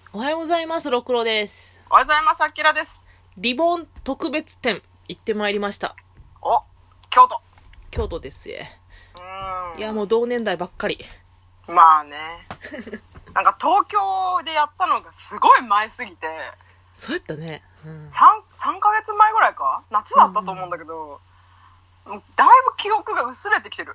おはようございます。ろくろです。 おはようございます。あきらです。 リボン特別展行ってまいりました。 お、京都。 京都ですよ。いやもう同年代ばっかり。 まあね。なんか東京でやったのがすごい前すぎて。 そうやったね。 3ヶ月前ぐらいか夏だったと思うんだけど、だいぶ記憶が薄れてきてる。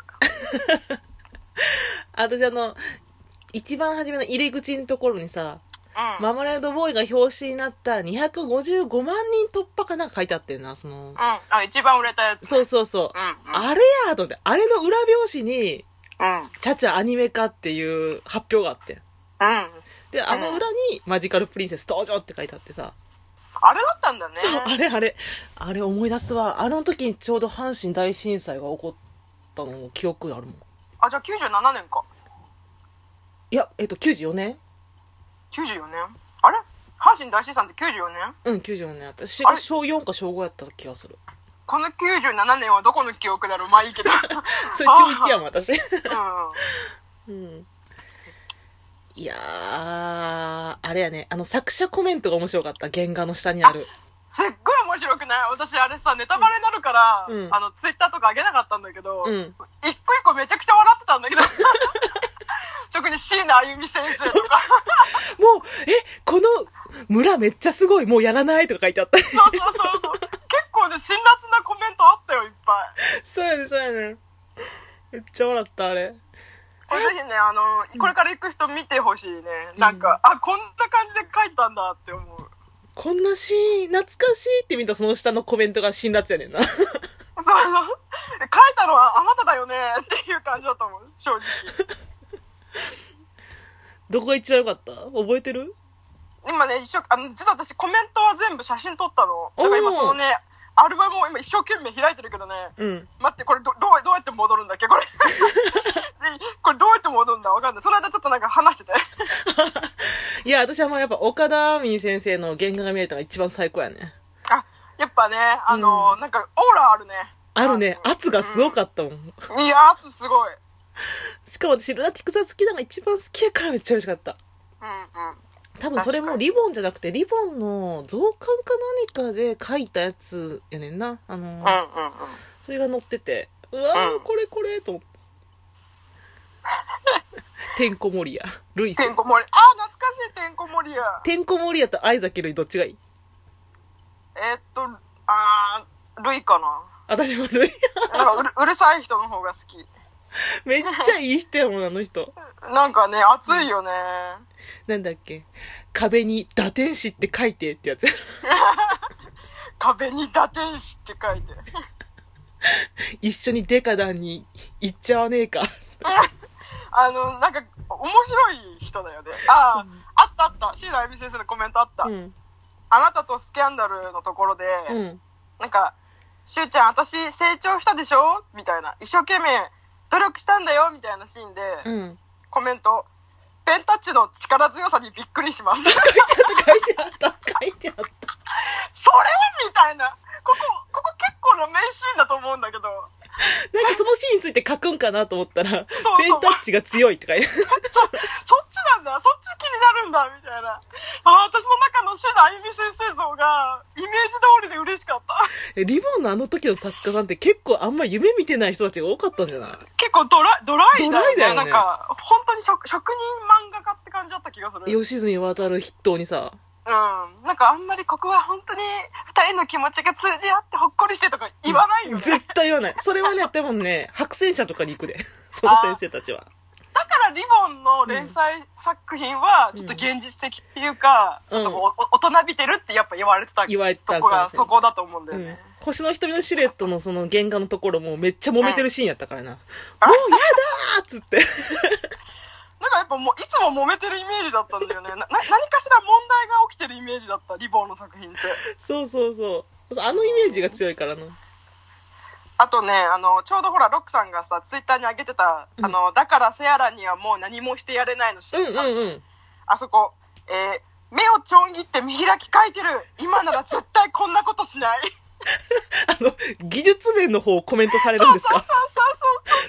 私一番初めの入り口のところにさ、ママレードボーイが表紙になった255万人突破かなんか書いてあってんな、 一番売れたやつ、 ね。そう。あれやと思って、あれの裏表紙に、チャチャアニメ化っていう発表があって。で、あの裏にマジカルプリンセス登場って書いてあってさ。 あれだったんだね。 そう、あれ思い出すわ。あの時にちょうど阪神大震災が起こったのも記憶あるもん。 あ、じゃあ97年か。 いや、94年 94年あれ阪神大震災って94年うん、94年。私が小4か小5やった気がする。 この97年はどこの記憶だろう。まあいいけど。 それ中1やもん、私。いやー、あれやね、作者コメントが面白かった。原画の下にある。 すっごい面白くない？私あれさ、ネタバレになるから、ツイッターとか上げなかったんだけど、一個一個めちゃくちゃ笑ってたんだけど。特に椎名あゆみ先生とか。 もう、この村めっちゃすごい、もうやらないとか書いてあったり。 そう。結構ね、辛辣なコメントあったよ、いっぱい。 そうやね。めっちゃ笑った、あれ。 これぜひね、これから行く人見てほしいね。なんか、こんな感じで書いてたんだって思う。 こんなシーン、懐かしいって見たその下のコメントが辛辣やねんな。そう。 書いたのはあなただよねっていう感じだと思う、正直。 どこが一番良かった？覚えてる？ 今ね、実は私コメントは全部写真撮ったの。だから今そのね、アルバムを今一生懸命開いてるけどね。待って、これどうやって戻るんだっけこれ。これどうやって戻るんだわかんない。その間ちょっとなんか話してて。 いや、私はもうやっぱ岡田美先生の原画が見えたのが一番最高やね。 やっぱね、なんかオーラあるね。 あるね。圧がすごかったもん。 いや、圧すごい。 しかも私ルナティクザ好きなのが一番好きやからめっちゃ嬉しかった。多分それもリボンじゃなくてリボンの増刊か何かで書いたやつやねんな。それが載ってて、うわー、これと思って。てんこ盛りやルイス。 てんこ盛り、懐かしい。てんこ盛りや。 てんこ盛りやと相崎ルイどっちがいい？ ルイかな。 私もルイ。 なんかうるさい人の方が好き。 めっちゃいい人やもん、あの人。 なんかね、熱いよね。 なんだっけ、壁に打天使って書いてってやつ。 壁に打天使って書いて。 一緒にデカダンに行っちゃわねえか。 なんか面白い人だよね。あった椎名あゆみ先生のコメントあった、あなたとスキャンダルのところで、なんかしゅうちゃん私成長したでしょみたいな、一生懸命努力したんだよみたいなシーンで、コメント、ペンタッチの力強さにびっくりします。書いてあった。それみたいな。ここ結構な名シーンだと思うんだけど。 なんかそのシーンについて書くんかなと思ったら、ペンタッチが強いって書いてある。 そっちなんだ。そっち気になるんだみたいな。私の中の椎名あゆみ先生像がイメージ通りで嬉しかった。 リボンのあの時の作家さんって結構あんま夢見てない人たちが多かったんじゃない？ 結構ドライだよね。なんか本当に職人漫画家って感じだった気がする。 吉住渉筆頭にさ。 なんかあんまりここは本当に二人の気持ちが通じ合ってほっこりしてとか言わないよね。 絶対言わない。それはね、でもね、白戦車とかに行くで。その先生たちは。 だからリボンの連載作品はちょっと現実的っていうか、ちょっと大人びてるってやっぱ言われてたとこがそこだと思うんだよね。 星の瞳のシルエットのその原画のところもめっちゃ揉めてるシーンやったからな。もうやだーっつって。 なんかやっぱもういつも揉めてるイメージだったんだよね。何かしら問題が起きてるイメージだった、リボンの作品って。そう。 あのイメージが強いからな。 あとね、ちょうどほらロックさんがさツイッターに上げてた、だからセアラにはもう何もしてやれないのシーン、あそこ、目をちょん切って見開き書いてる、今なら絶対こんなことしない。 技術面の方をコメントされるんですか？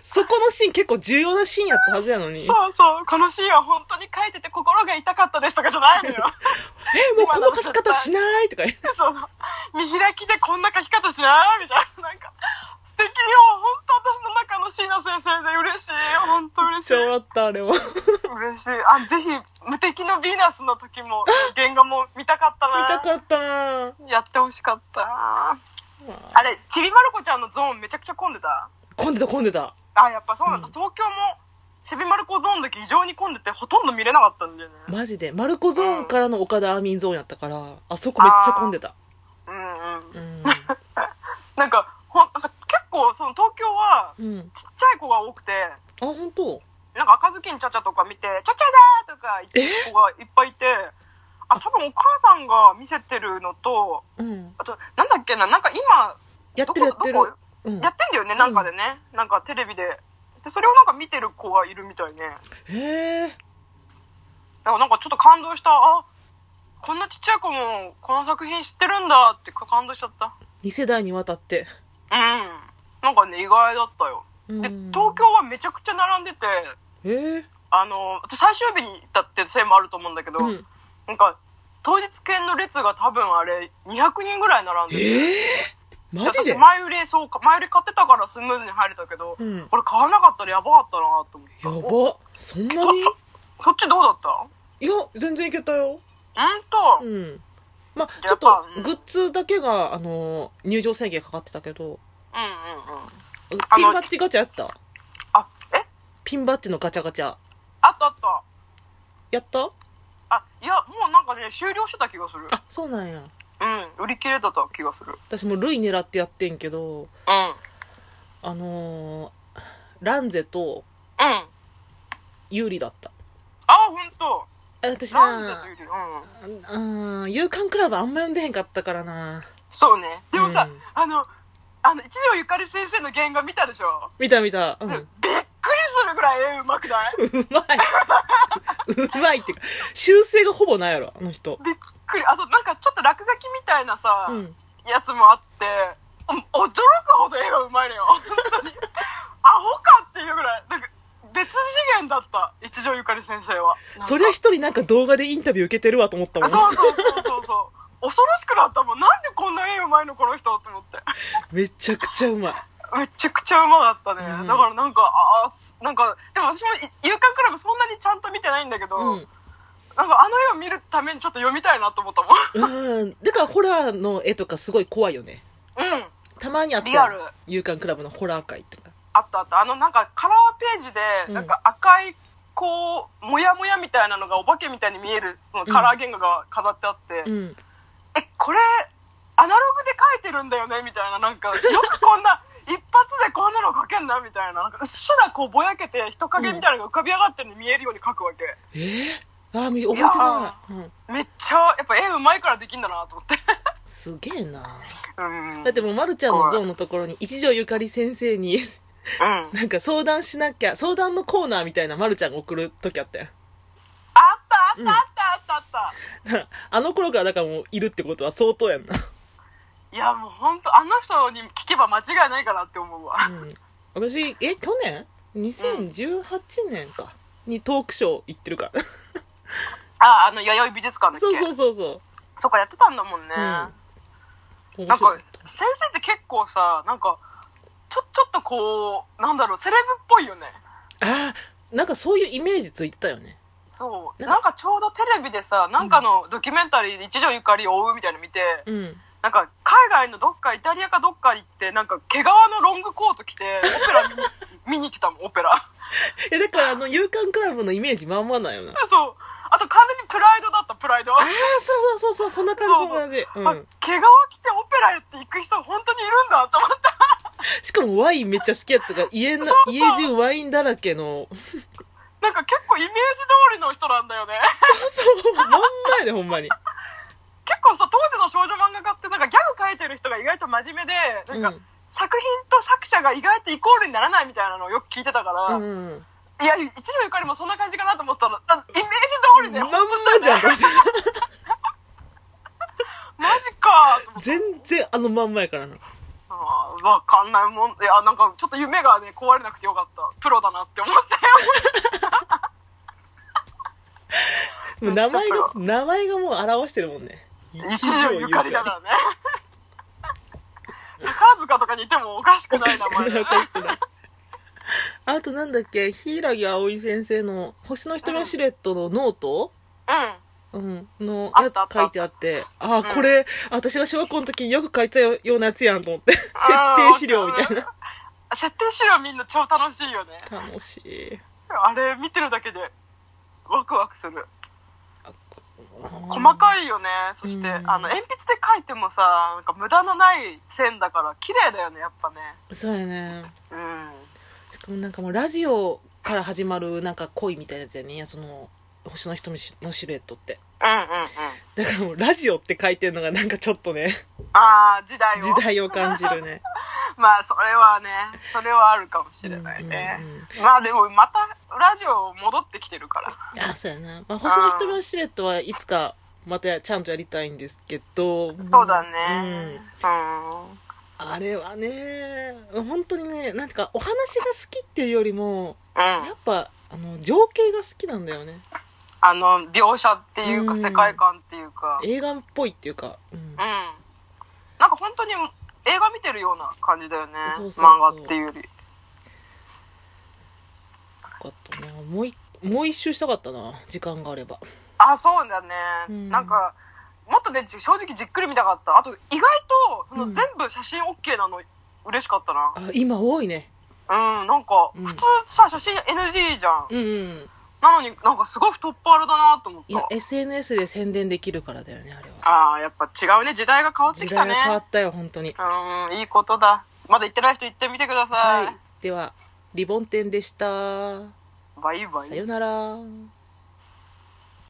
そこのシーン結構重要なシーンやったはずやのに。 そうそう、このシーンは本当に書いてて心が痛かったですとかじゃないのよ。 もうこの書き方しないとか言って。 そうそう。見開きでこんな書き方しないみたいな。なんか、素敵よ。本当私の中の椎名先生で嬉しい。本当嬉しい。 ちょろった、あれも。 嬉しい。ぜひ、無敵のヴィーナスの時も、原画も見たかったな。 見たかったな。 やってほしかったな。あれ、ちびまる子ちゃんのゾーンめちゃくちゃ混んでた？ 混んでた、混んでた。 やっぱそうなんだ。東京も、ちびまる子ゾーンだけ異常に混んでて、ほとんど見れなかったんだよね。 マジで。マルコゾーンからの岡田アーミンゾーンやったから、あそこめっちゃ混んでた。 なんか結構、その東京は、ちっちゃい子が多くて、 本当？ なんか赤ずきんちゃちゃとか見て、ちゃちゃだーとか言ってる子がいっぱいいて、多分お母さんが見せてるのと、あと、なんだっけな、なんか今、 やってる。 やってんだよね、なんかでね。なんかテレビで。で、それをなんか見てる子がいるみたいね。 へー。 なんかちょっと感動した。こんなちっちゃい子もこの作品知ってるんだって感動しちゃった。 2世代にわたって。 なんかね、意外だったよ。で、東京はめちゃくちゃ並んでて、私最終日に行ったってせいもあると思うんだけど、なんか、当日券の列が多分あれ、200人ぐらい並んでて。 マジで？ 前売り買ってたからスムーズに入れたけど、これ買わなかったらやばかったなと思って。 やば。そんなに？ そっちどうだった？ いや、全然いけたよ。まあ、ちょっと、グッズだけが、入場制限かかってたけど。ピンバッジガチャやった？ピンバッジのガチャガチャ。 あった。 やった？ いや、もうなんかね、終了してた気がする。 そうなんや。 売り切れてた気がする。 私もルイ狙ってやってんけど、ランゼと、有利だった。 ほんと？ 私さ、勇敢クラブあんま読んでへんかったからな。 そうね。でもさ、一条ゆかり先生の原画見たでしょ？ 見た。 びっくりするぐらい絵うまくない？ うまいっていうか、修正がほぼないやろ、あの人。 びっくり。あとなんかちょっと落書きみたいなさ、やつもあって、驚くほど絵がうまいのよ。本当に。アホかっていうぐらい。なんか別次元だった、一条ゆかり先生は。 そりゃ一人なんか動画でインタビュー受けてるわと思ったもん。 そう。恐ろしくなったもん。なんでこんな絵うまいのこの人と思って。めちゃくちゃうまい。 めちゃくちゃうまかったね。だからなんか、でも私も勇敢クラブそんなにちゃんと見てないんだけど、なんかあの絵を見るためにちょっと読みたいなと思ったもん。 だからホラーの絵とかすごい怖いよね。たまにあった。 リアル。 勇敢クラブのホラー界とか。 あった。なんかカラーページで、なんか赤い、こう、もやもやみたいなのがお化けみたいに見える、そのカラー原画が飾ってあって、これ、アナログで描いてるんだよねみたいな、なんか、よくこんな、一発でこんなの描けんなみたいな、なんかうっすらこうぼやけて人影みたいなのが浮かび上がってるのに見えるように描くわけ。 覚えてない。 めっちゃ、やっぱ絵うまいからできんだなと思って。 すげえな。だってもうまるちゃんの像のところに一条ゆかり先生になんか相談しなきゃ、相談のコーナーみたいなまるちゃんが送る時あったよ。 あったあの頃からだからもういるってことは相当やんな。 いやもうほんとあの人に聞けば間違いないかなって思うわ。 私去年2018年かにトークショー行ってるから。 弥生美術館だっけ？ そうそっか、やってたんだもんね。なんか先生って結構さ、なんかちょっとこうなんだろう、セレブっぽいよね。 なんかそういうイメージついてたよね。 そうなんかちょうどテレビでさ、なんかのドキュメンタリーで一条ゆかりを追うみたいなの見て、なんか海外のどっかイタリアかどっか行って、なんか毛皮のロングコート着てオペラ見に来たもん、オペラ。 だから勇敢クラブのイメージまんまなんよな。 そう。あと完全にプライドだった、プライド。 そうそんな感じ、そんな感じ。 毛皮着てオペラやって行く人本当にいるんだと思った。 しかもワインめっちゃ好きやったから、家中ワインだらけの。 なんか結構イメージ通りの人なんだよね。 まんまやで、ほんまに。 結構さ、当時の少女漫画家ってなんかギャグ描いてる人が意外と真面目で、なんか作品と作者が意外とイコールにならないみたいなのをよく聞いてたから、いや、一条ゆかりもそんな感じかなと思ったら、イメージ通りで、 まんまじゃん。 マジか。 全然まんまやからな。 わかんないもん。いや、なんかちょっと夢がね、壊れなくてよかった。プロだなって思ったよ。もう名前がもう表してるもんね。 一条ゆかりだからね。宝塚とかにいてもおかしくない名前だね。 あとなんだっけ、柊葵先生の星の瞳のシルエットのノート、のやつ書いてあって、これ、私が小学校の時によく書いたようなやつやんと思って。設定資料みたいな。 設定資料みんな超楽しいよね。 楽しい。 あれ見てるだけでワクワクする。細かいよね。そして、鉛筆で書いてもさ、なんか無駄のない線だから綺麗だよね、やっぱね。 そうやね。しかもなんかもうラジオから始まるなんか恋みたいなやつやね、その星の瞳のシルエットって。だからもうラジオって書いてるのがなんかちょっとね、 時代を感じるね。 まあそれはあるかもしれないね。まあでもまたラジオ戻ってきてるから。 そうやな。まあ、星の瞳のシルエットはいつかまたちゃんとやりたいんですけど。 そうだね。 あれはね、本当にね、なんていうかお話が好きっていうよりも、やっぱ情景が好きなんだよね。 描写っていうか世界観っていうか、 映画っぽいっていうか、 なんか本当に映画見てるような感じだよね。漫画っていうより。よかったな。もう一周したかったな、時間があれば。 そうだね。なんかもっとね、正直じっくり見たかった。あと意外と全部写真 OK なの嬉しかったな。 今多いね。 なんか普通さ、写真 NG じゃん。なのになんかすごい太っ腹だなと思った。 いや SNS で宣伝できるからだよね、あれは。 やっぱ違うね。時代が変わってきたね。 時代が変わったよ、本当に。 いいことだ。まだ行ってない人行ってみてください。 ではリボン店でした。 バイバイ。 さよなら。